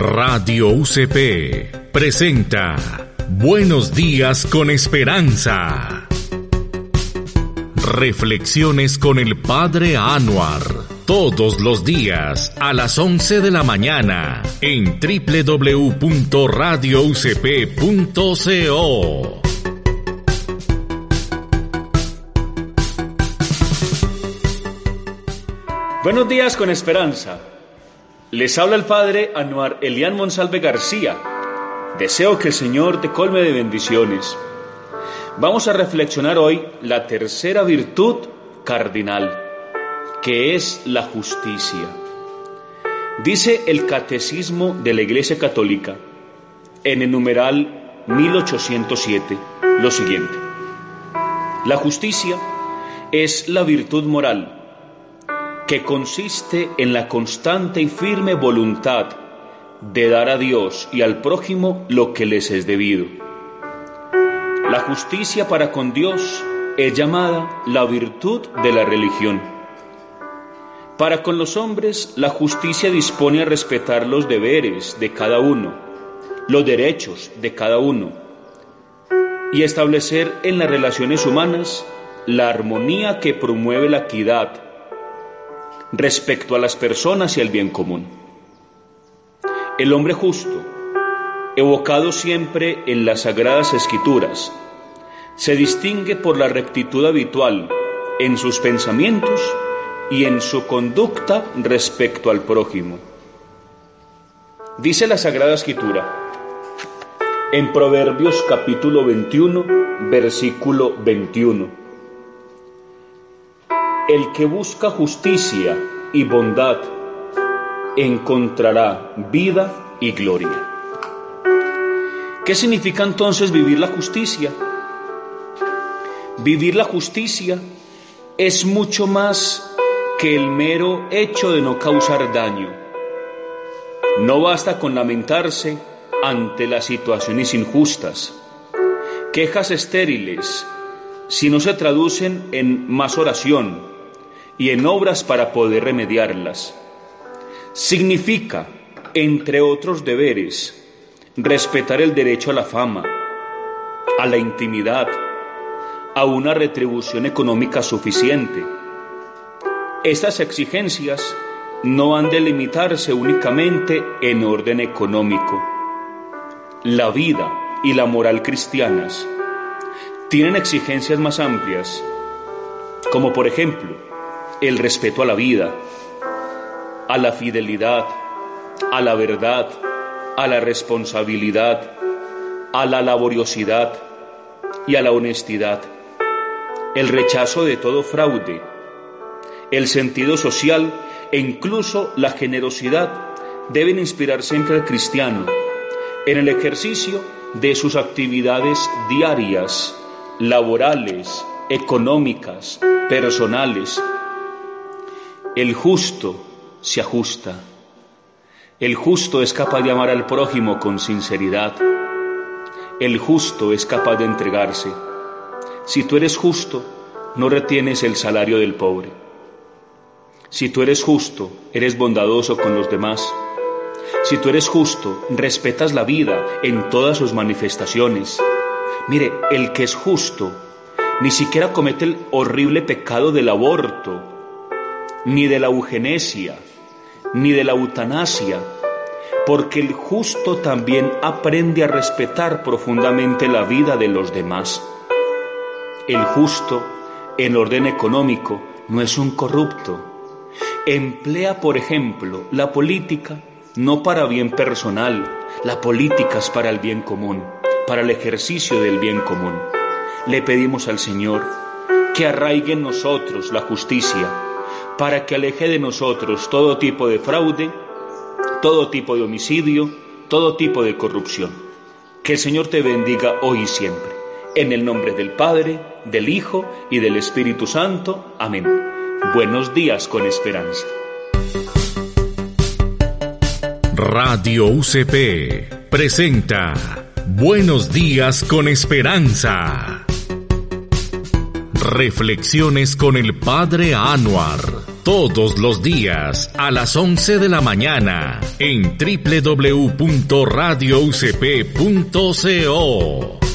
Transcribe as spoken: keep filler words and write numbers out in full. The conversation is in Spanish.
Radio U C P presenta Buenos Días con Esperanza. Reflexiones con el Padre Anuar. Todos los días a las once de la mañana en doble u doble u doble u punto radio u c p punto co. Buenos días con Esperanza. Les habla el Padre Anuar Elian Monsalve García. Deseo que el Señor te colme de bendiciones. Vamos a reflexionar hoy la tercera virtud cardinal, que es la justicia. Dice el Catecismo de la Iglesia Católica, en el numeral mil ochocientos siete, lo siguiente: la justicia es la virtud moral que consiste en la constante y firme voluntad de dar a Dios y al prójimo lo que les es debido. La justicia para con Dios es llamada la virtud de la religión. Para con los hombres, la justicia dispone a respetar los deberes de cada uno, los derechos de cada uno, y establecer en las relaciones humanas la armonía que promueve la equidad respecto a las personas y al bien común. El hombre justo, evocado siempre en las Sagradas Escrituras, se distingue por la rectitud habitual en sus pensamientos y en su conducta respecto al prójimo. Dice la Sagrada Escritura, en Proverbios capítulo veintiuno, versículo veintiuno: el que busca justicia y bondad encontrará vida y gloria. ¿Qué significa entonces vivir la justicia? Vivir la justicia es mucho más que el mero hecho de no causar daño. No basta con lamentarse ante las situaciones injustas, quejas estériles, si no se traducen en más oración y en obras para poder remediarlas. Significa, entre otros deberes, respetar el derecho a la fama, a la intimidad, a una retribución económica suficiente. Estas exigencias no han de limitarse únicamente en orden económico. La vida y la moral cristianas tienen exigencias más amplias, como por ejemplo el respeto a la vida, a la fidelidad, a la verdad, a la responsabilidad, a la laboriosidad y a la honestidad, el rechazo de todo fraude, el sentido social e incluso la generosidad deben inspirar siempre al cristiano en el ejercicio de sus actividades diarias, laborales, económicas, personales. El justo se ajusta. El justo es capaz de amar al prójimo con sinceridad. El justo es capaz de entregarse. Si tú eres justo, no retienes el salario del pobre. Si tú eres justo, eres bondadoso con los demás. Si tú eres justo, respetas la vida en todas sus manifestaciones. Mire, el que es justo ni siquiera comete el horrible pecado del aborto, ni de la eugenesia, ni de la eutanasia, porque el justo también aprende a respetar profundamente la vida de los demás. El justo, en orden económico, no es un corrupto. Emplea, por ejemplo, la política no para bien personal, la política es para el bien común, para el ejercicio del bien común. Le pedimos al Señor que arraigue en nosotros la justicia, para que aleje de nosotros todo tipo de fraude, todo tipo de homicidio, todo tipo de corrupción. Que el Señor te bendiga hoy y siempre. En el nombre del Padre, del Hijo y del Espíritu Santo. Amén. Buenos días con Esperanza. Radio U C P presenta Buenos Días con Esperanza. Reflexiones con el Padre Anuar. todos los días a las once de la mañana en doble u doble u doble u punto radio u c p punto co.